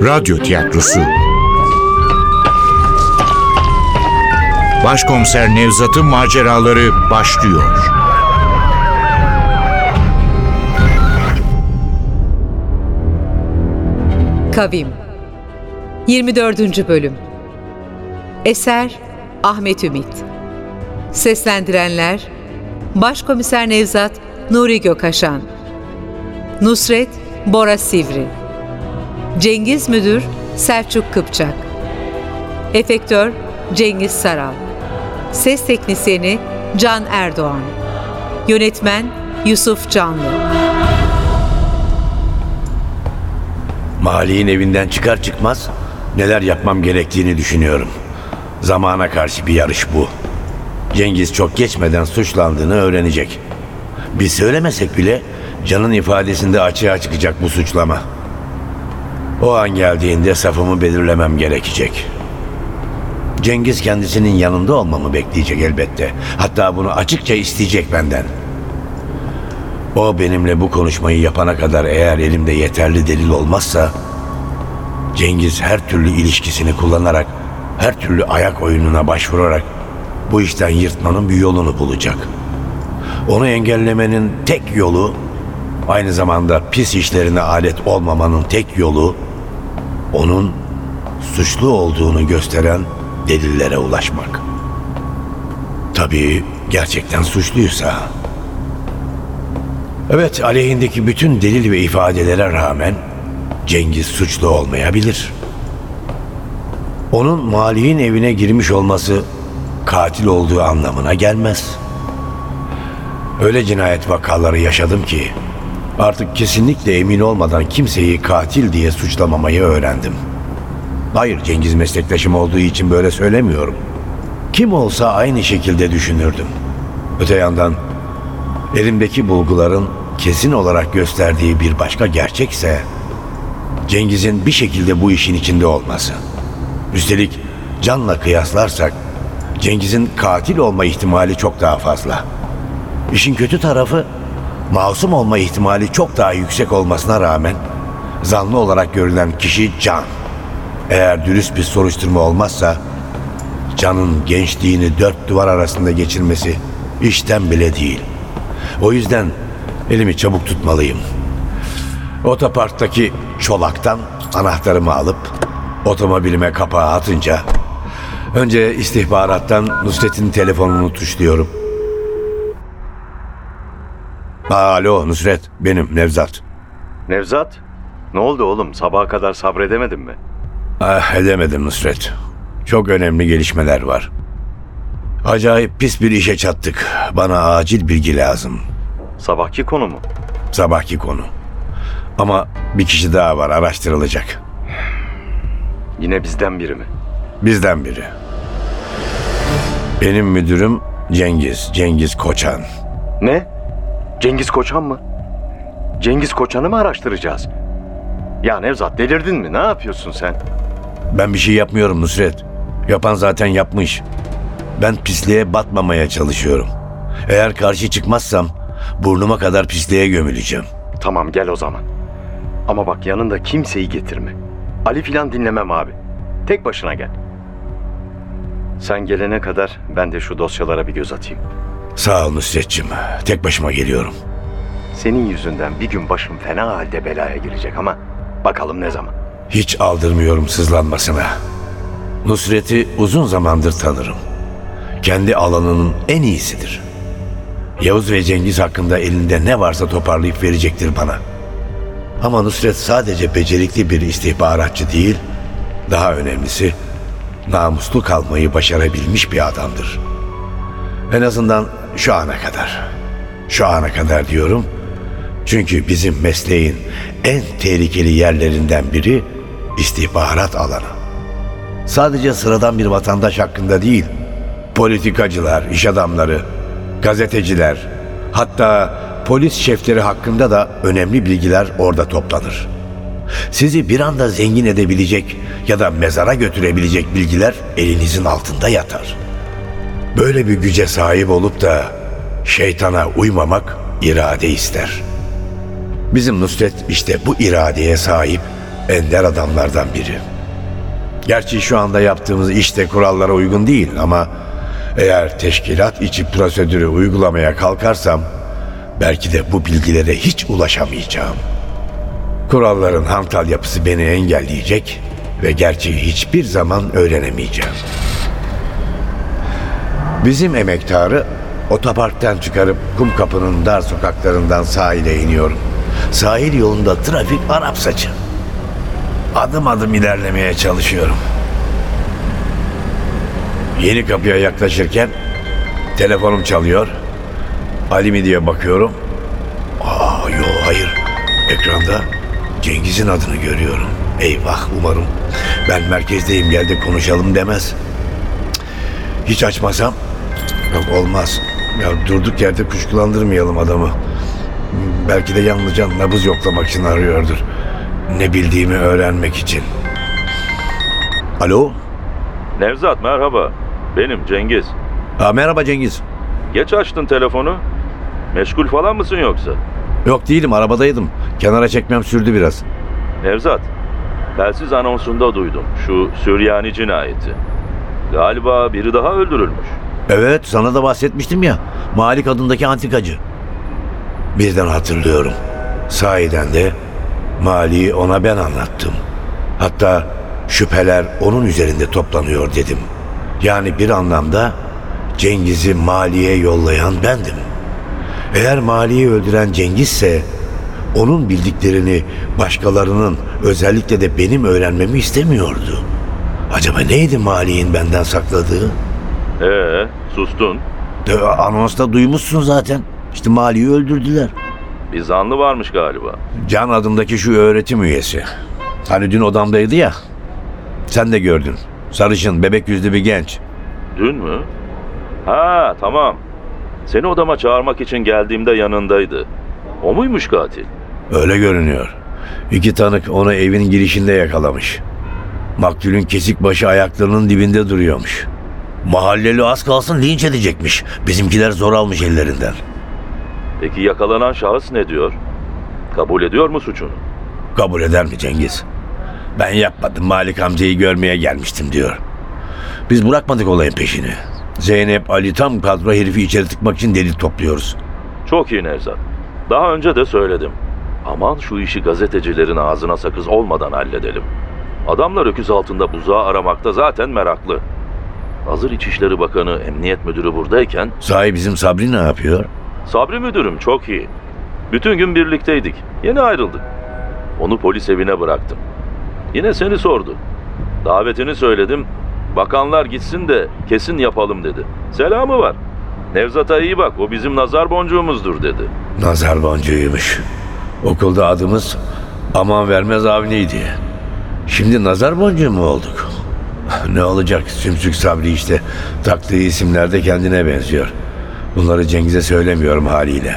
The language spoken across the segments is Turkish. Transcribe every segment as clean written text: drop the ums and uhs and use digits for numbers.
Radyo tiyatrosu. Başkomiser Nevzat'ın maceraları başlıyor. Kavim 24. Bölüm. Eser Ahmet Ümit. Seslendirenler Başkomiser Nevzat Nuri Gökaşan, Nusret Bora Sivri, Cengiz Müdür Selçuk Kıpçak, Efektör Cengiz Saral, Ses Teknisyeni Can Erdoğan, Yönetmen Yusuf Canlı. Mali'nin evinden çıkar çıkmaz neler yapmam gerektiğini düşünüyorum. Zamana karşı bir yarış bu. Cengiz çok geçmeden suçlandığını öğrenecek. Biz söylemesek bile Can'ın ifadesinde açığa çıkacak bu suçlama. O an geldiğinde safımı belirlemem gerekecek. Cengiz kendisinin yanında olmamı bekleyecek elbette. Hatta bunu açıkça isteyecek benden. O benimle bu konuşmayı yapana kadar eğer elimde yeterli delil olmazsa, Cengiz her türlü ilişkisini kullanarak, her türlü ayak oyununa başvurarak bu işten yırtmanın bir yolunu bulacak. Onu engellemenin tek yolu, aynı zamanda pis işlerine alet olmamanın tek yolu, onun suçlu olduğunu gösteren delillere ulaşmak. Tabii gerçekten suçluysa. Evet, aleyhindeki bütün delil ve ifadelere rağmen Cengiz suçlu olmayabilir. Onun Mali'nin evine girmiş olması katil olduğu anlamına gelmez. Öyle cinayet vakaları yaşadım ki artık kesinlikle emin olmadan kimseyi katil diye suçlamamayı öğrendim. Hayır, Cengiz meslektaşım olduğu için böyle söylemiyorum. Kim olsa aynı şekilde düşünürdüm. Öte yandan elimdeki bulguların kesin olarak gösterdiği bir başka gerçekse Cengiz'in bir şekilde bu işin içinde olması. Üstelik Can'la kıyaslarsak Cengiz'in katil olma ihtimali çok daha fazla. İşin kötü tarafı masum olma ihtimali çok daha yüksek olmasına rağmen zanlı olarak görülen kişi Can. Eğer dürüst bir soruşturma olmazsa Can'ın gençliğini dört duvar arasında geçirmesi işten bile değil. O yüzden elimi çabuk tutmalıyım. Otoparktaki çolaktan anahtarımı alıp otomobilime kapağı atınca önce istihbarattan Nusret'in telefonunu tuşluyorum. Alo Nusret, benim Nevzat. Nevzat? Ne oldu oğlum? Sabaha kadar sabredemedin mi? Edemedim Nusret. Çok önemli gelişmeler var. Acayip pis bir işe çattık. Bana acil bilgi lazım. Sabahki konu mu? Sabahki konu. Ama bir kişi daha var, araştırılacak. Yine bizden biri mi? Bizden biri. Benim müdürüm Cengiz Koçan. Ne? Cengiz Koçan mı? Cengiz Koçan'ı mı araştıracağız? Ya Nevzat, delirdin mi? Ne yapıyorsun sen? Ben bir şey yapmıyorum Nusret. Yapan zaten yapmış. Ben pisliğe batmamaya çalışıyorum. Eğer karşı çıkmazsam burnuma kadar pisliğe gömüleceğim. Tamam, gel o zaman. Ama bak, yanında kimseyi getirme. Ali filan dinlemem abi. Tek başına gel. Sen gelene kadar ben de şu dosyalara bir göz atayım. Sağ ol Nusret'cim. Tek başıma geliyorum. Senin yüzünden bir gün başım fena halde belaya girecek ama bakalım ne zaman. Hiç aldırmıyorum sızlanmasına. Nusret'i uzun zamandır tanırım. Kendi alanının en iyisidir. Yavuz ve Cengiz hakkında elinde ne varsa toparlayıp verecektir bana. Ama Nusret sadece becerikli bir istihbaratçı değil, daha önemlisi namuslu kalmayı başarabilmiş bir adamdır. En azından şu ana kadar. Şu ana kadar diyorum, çünkü bizim mesleğin en tehlikeli yerlerinden biri istihbarat alanı. Sadece sıradan bir vatandaş hakkında değil, politikacılar, iş adamları, gazeteciler, hatta polis şefleri hakkında da önemli bilgiler orada toplanır. Sizi bir anda zengin edebilecek ya da mezara götürebilecek bilgiler elinizin altında yatar. Böyle bir güce sahip olup da şeytana uymamak irade ister. Bizim Nusret işte bu iradeye sahip, ender adamlardan biri. Gerçi şu anda yaptığımız işte kurallara uygun değil ama eğer teşkilat içi prosedürü uygulamaya kalkarsam belki de bu bilgilere hiç ulaşamayacağım. Kuralların hantal yapısı beni engelleyecek ve gerçeği hiçbir zaman öğrenemeyeceğim. Bizim emektarı otoparktan çıkarıp Kumkapı'nın dar sokaklarından sahile iniyorum. Sahil yolunda trafik Arap saçı. Adım adım ilerlemeye çalışıyorum. Yeni kapıya yaklaşırken telefonum çalıyor. Ali mi diye bakıyorum. Hayır. Ekranda Cengiz'in adını görüyorum. Eyvah, umarım ben merkezdeyim gel de konuşalım demez. Hiç açmasam yok, olmaz. Ya durduk yerde kuşkulandırmayalım adamı. Belki de yalnızca nabız yoklamak için arıyordur. Ne bildiğimi öğrenmek için. Alo? Nevzat merhaba. Benim Cengiz. Merhaba Cengiz. Geç açtın telefonu. Meşgul falan mısın yoksa? Yok değilim, arabadaydım. Kenara çekmem sürdü biraz. Nevzat, telsiz anonsunda duydum şu Süryani cinayeti. Galiba biri daha öldürülmüş. Evet, sana da bahsetmiştim ya. Malik adındaki antikacı. Birden hatırlıyorum. Sahiden de Malik'i ona ben anlattım. Hatta şüpheler onun üzerinde toplanıyor dedim. Yani bir anlamda Cengiz'i Malik'e yollayan bendim. Eğer Malik'i öldüren Cengiz'se onun bildiklerini başkalarının, özellikle de benim öğrenmemi istemiyordu. Acaba neydi Malik'in benden sakladığı? Sustun. Anonsta duymuşsun zaten. İşte Malik'i öldürdüler. Bir zanlı varmış galiba. Can adındaki şu öğretim üyesi. Hani dün odamdaydı ya. Sen de gördün. Sarışın, bebek yüzlü bir genç. Dün mü? Ha tamam. Seni odama çağırmak için geldiğimde yanındaydı. O muymuş katil? Öyle görünüyor. 2 tanık onu evin girişinde yakalamış. Maktulün kesik başı ayaklarının dibinde duruyormuş. Mahalleli az kalsın linç edecekmiş. Bizimkiler zor almış ellerinden. Peki yakalanan şahıs ne diyor? Kabul ediyor mu suçunu? Kabul eder mi Cengiz? Ben yapmadım, Malik amcayı görmeye gelmiştim diyor. Biz bırakmadık olayın peşini. Zeynep, Ali tam kadro herifi içeri tıkmak için delil topluyoruz. Çok iyi Nevzat. Daha önce de söyledim. Aman şu işi gazetecilerin ağzına sakız olmadan halledelim. Adamlar öküz altında buzağı aramakta zaten meraklı. Hazır İçişleri Bakanı, Emniyet Müdürü buradayken... Sahi bizim Sabri ne yapıyor? Sabri müdürüm çok iyi. Bütün gün birlikteydik. Yeni ayrıldık. Onu polis evine bıraktım. Yine seni sordu. Davetini söyledim. Bakanlar gitsin de kesin yapalım dedi. Selamı var. Nevzat'a iyi bak, o bizim nazar boncuğumuzdur dedi. Nazar boncuğuymuş. Okulda adımız aman vermez Avni'ydi. Şimdi nazar boncuğu mu olduk? Ne olacak, Sümsük Sabri işte. Taktığı isimler de kendine benziyor. Bunları Cengiz'e söylemiyorum haliyle.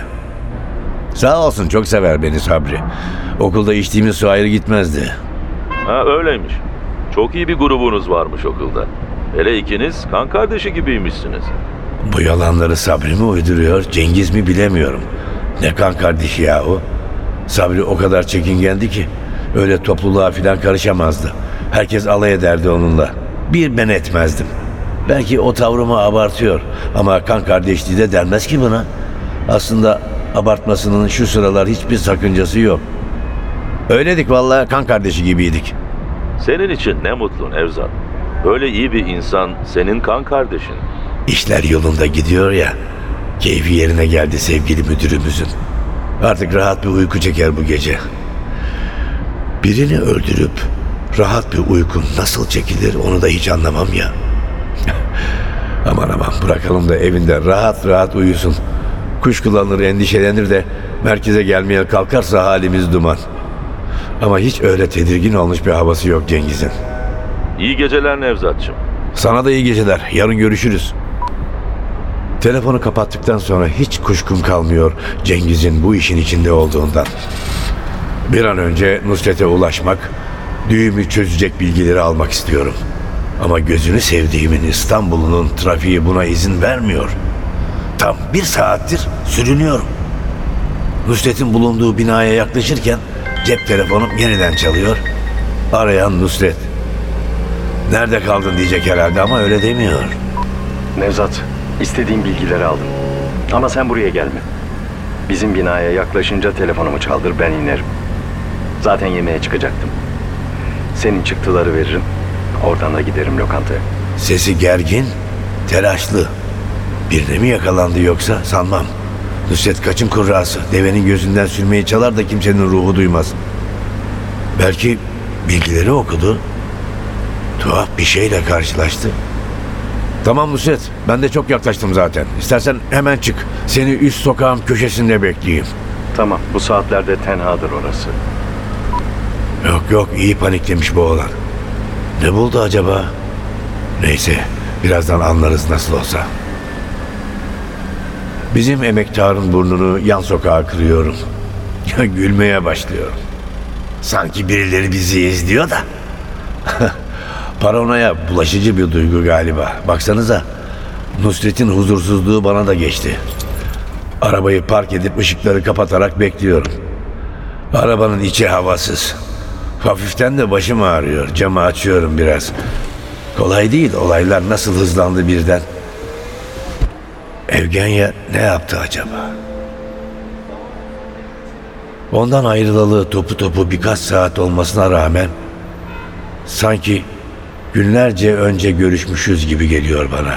Sağ olsun, çok sever beni Sabri. Okulda içtiğimiz su ayrı gitmezdi. Ha öyleymiş. Çok iyi bir grubunuz varmış okulda. Hele ikiniz kan kardeşi gibiymişsiniz. Bu yalanları Sabri mi uyduruyor, Cengiz mi bilemiyorum. Ne kan kardeşi yahu. Sabri o kadar çekingendi ki öyle topluluğa filan karışamazdı. Herkes alay ederdi onunla. Bir ben etmezdim. Belki o tavrımı abartıyor ama kan kardeşliği de denmez ki buna. Aslında abartmasının şu sıralar hiçbir sakıncası yok. Öyledik vallahi, kan kardeşi gibiydik. Senin için ne mutlu Nevzat. Böyle iyi bir insan senin kan kardeşin. İşler yolunda gidiyor ya. Keyfi yerine geldi sevgili müdürümüzün. Artık rahat bir uyku çeker bu gece. Birini öldürüp rahat bir uyku nasıl çekilir onu da hiç anlamam ya. Aman bırakalım da evinde rahat rahat uyusun. Kuşkulanır, endişelenir de merkeze gelmeye kalkarsa halimiz duman. Ama hiç öyle tedirgin olmuş bir havası yok Cengiz'in. İyi geceler Nevzatçığım. Sana da iyi geceler. Yarın görüşürüz. Telefonu kapattıktan sonra hiç kuşkum kalmıyor Cengiz'in bu işin içinde olduğundan. Bir an önce Nusret'e ulaşmak, düğümü çözecek bilgileri almak istiyorum. Ama gözünü sevdiğimin İstanbul'unun trafiği buna izin vermiyor. Tam 1 saattir sürünüyorum. Nusret'in bulunduğu binaya yaklaşırken cep telefonum yeniden çalıyor. Arayan Nusret. Nerede kaldın diyecek herhalde ama öyle demiyor. Nevzat, istediğim bilgileri aldım. Ama sen buraya gelme. Bizim binaya yaklaşınca telefonumu çaldır, ben inerim. Zaten yemeğe çıkacaktım. Senin çıktıları veririm. Oradan da giderim lokantaya. Sesi gergin, telaşlı. Birine mi yakalandı yoksa sanmam. Nusret kaçın kurrası. Devenin gözünden sürmeyi çalar da kimsenin ruhu duymaz. Belki bilgileri okudu. Tuhaf bir şeyle karşılaştı. Tamam Nusret, ben de çok yaklaştım zaten. İstersen hemen çık. Seni üst sokağın köşesinde bekleyeyim. Tamam, bu saatlerde tenhadır orası. Yok, iyi paniklemiş bu oğlan. Ne buldu acaba? Neyse, birazdan anlarız nasıl olsa. Bizim emektarın burnunu yan sokağa kırıyorum. Gülmeye başlıyorum. Sanki birileri bizi izliyor da. Paranoya bulaşıcı bir duygu galiba. Baksanıza, Nusret'in huzursuzluğu bana da geçti. Arabayı park edip ışıkları kapatarak bekliyorum. Arabanın içi havasız. Hafiften de başım ağrıyor. Camı açıyorum biraz. Kolay değil, olaylar nasıl hızlandı birden. Evgenya ne yaptı acaba? Ondan ayrılalı topu birkaç saat olmasına rağmen sanki günlerce önce görüşmüşüz gibi geliyor bana.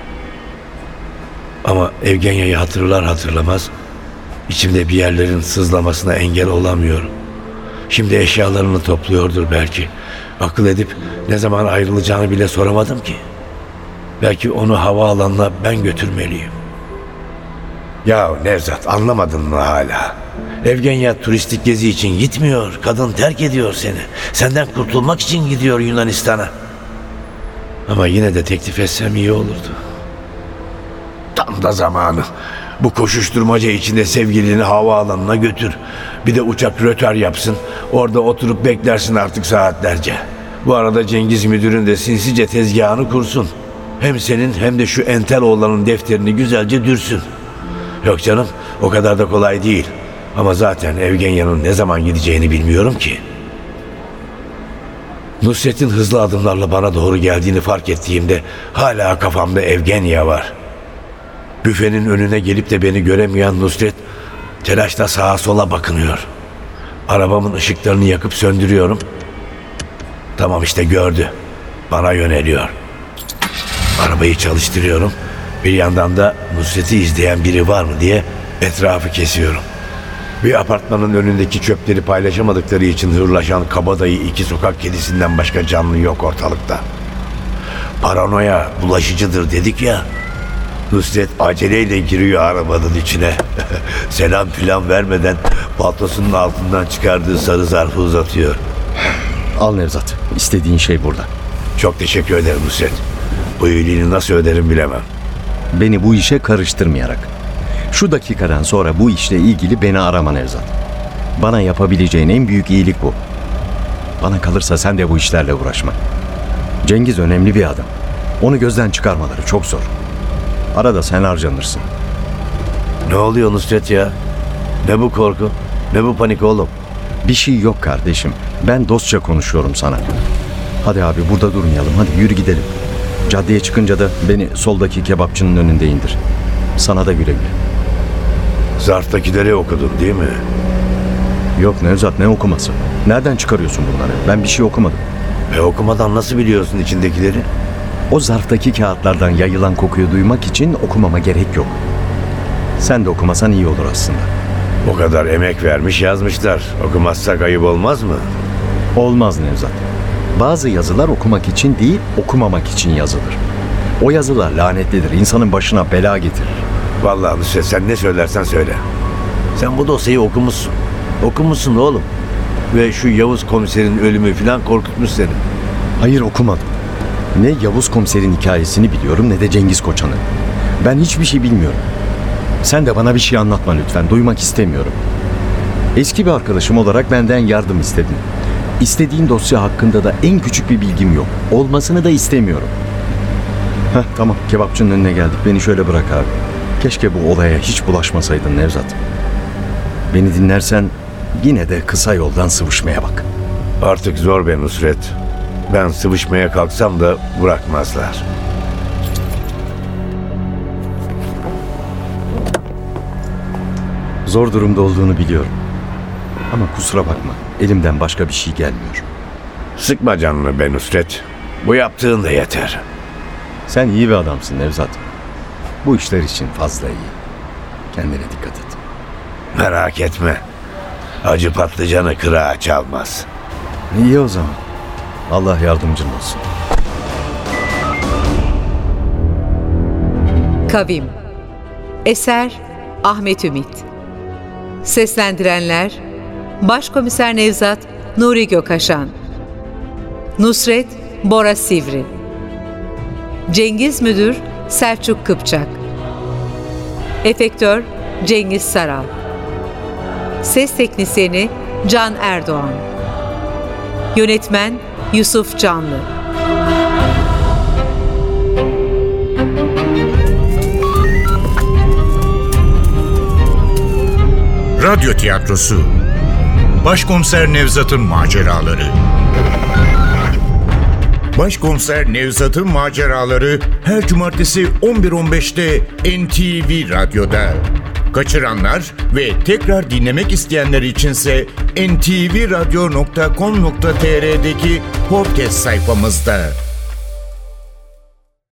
Ama Evgenya'yı hatırlar hatırlamaz içimde bir yerlerin sızlamasına engel olamıyorum. Şimdi eşyalarını topluyordur belki. Akıl edip ne zaman ayrılacağını bile soramadım ki. Belki onu havaalanına ben götürmeliyim. Ya Nevzat, anlamadın mı hala? Evgenya turistik gezi için gitmiyor. Kadın terk ediyor seni. Senden kurtulmak için gidiyor Yunanistan'a. Ama yine de teklif etsem iyi olurdu. Tam da zamanı. Bu koşuşturmaca içinde sevgilini havaalanına götür. Bir de uçak rötar yapsın. Orada oturup beklersin artık saatlerce. Bu arada Cengiz müdürün de sinsice tezgahını kursun. Hem senin hem de şu entel oğlanın defterini güzelce dürsün. Yok canım, o kadar da kolay değil. Ama zaten Evgenya'nın ne zaman gideceğini bilmiyorum ki. Nusret'in hızlı adımlarla bana doğru geldiğini fark ettiğimde hala kafamda Evgenya var. Büfenin önüne gelip de beni göremeyen Nusret telaşla sağa sola bakınıyor. Arabamın ışıklarını yakıp söndürüyorum. Tamam işte gördü. Bana yöneliyor. Arabayı çalıştırıyorum. Bir yandan da Nusret'i izleyen biri var mı diye etrafı kesiyorum. Bir apartmanın önündeki çöpleri paylaşamadıkları için hırlaşan kabadayı iki sokak kedisinden başka canlı yok ortalıkta. Paranoya bulaşıcıdır dedik ya. Nusret aceleyle giriyor arabanın içine. Selam filan vermeden paltosunun altından çıkardığı sarı zarfı uzatıyor. Al Nevzat, istediğin şey burada. Çok teşekkür ederim Nusret. Bu iyiliğini nasıl öderim bilemem. Beni bu işe karıştırmayarak. Şu dakikadan sonra bu işle ilgili beni arama Nevzat. Bana yapabileceğin en büyük iyilik bu. Bana kalırsa sen de bu işlerle uğraşma. Cengiz önemli bir adam. Onu gözden çıkarmaları çok zor. Arada sen harcanırsın. Ne oluyor Nusret ya? Ne bu korku? Ne bu panik oğlum? Bir şey yok kardeşim. Ben dostça konuşuyorum sana. Hadi abi burada durmayalım. Hadi yürü gidelim. Caddeye çıkınca da beni soldaki kebapçının önünde indir. Sana da güle güle. Zarftakileri okudun değil mi? Yok Nevzat, ne okuması? Nereden çıkarıyorsun bunları? Ben bir şey okumadım. Okumadan nasıl biliyorsun içindekileri? O zarftaki kağıtlardan yayılan kokuyu duymak için okumama gerek yok. Sen de okumasan iyi olur aslında. O kadar emek vermiş yazmışlar. Okumazsak ayıp olmaz mı? Olmaz Nevzat. Bazı yazılar okumak için değil, okumamak için yazılır. O yazılar lanetlidir, insanın başına bela getirir. Vallahi Nusret, sen ne söylersen söyle. Sen bu dosyayı okumuşsun. Okumuşsun oğlum. Ve şu Yavuz komiserin ölümü falan korkutmuş seni. Hayır, okumadım. Ne Yavuz komiserin hikayesini biliyorum ne de Cengiz Koçan'ı. Ben hiçbir şey bilmiyorum. Sen de bana bir şey anlatma lütfen, duymak istemiyorum. Eski bir arkadaşım olarak benden yardım istedin. İstediğin dosya hakkında da en küçük bir bilgim yok. Olmasını da istemiyorum. Tamam, kebapçının önüne geldik. Beni şöyle bırak abi. Keşke bu olaya hiç bulaşmasaydın Nevzat. Beni dinlersen yine de kısa yoldan sıvışmaya bak. Artık zor be Nusret. Ben sıvışmaya kalksam da bırakmazlar. Zor durumda olduğunu biliyorum. Ama kusura bakma, elimden başka bir şey gelmiyor. Sıkma canını be Nusret. Bu yaptığın da yeter. Sen iyi bir adamsın Nevzat. Bu işler için fazla iyi. Kendine dikkat et. Merak etme. Acı patlıcanı kırağa çalmaz. İyi o zaman. Allah yardımcın olsun. Kavim. Eser Ahmet Ümit. Seslendirenler Başkomiser Nevzat Nuri Gökaşan, Nusret Bora Sivri, Cengiz Müdür Selçuk Kıpçak, Efektör Cengiz Saral, Ses Teknisyeni Can Erdoğan, Yönetmen Yusuf Canlı. Radyo tiyatrosu Başkomiser Nevzat'ın maceraları. Başkomiser Nevzat'ın maceraları her cumartesi 11.15'te NTV Radyo'da. Kaçıranlar ve tekrar dinlemek isteyenler içinse ntvradio.com.tr'deki podcast sayfamızda.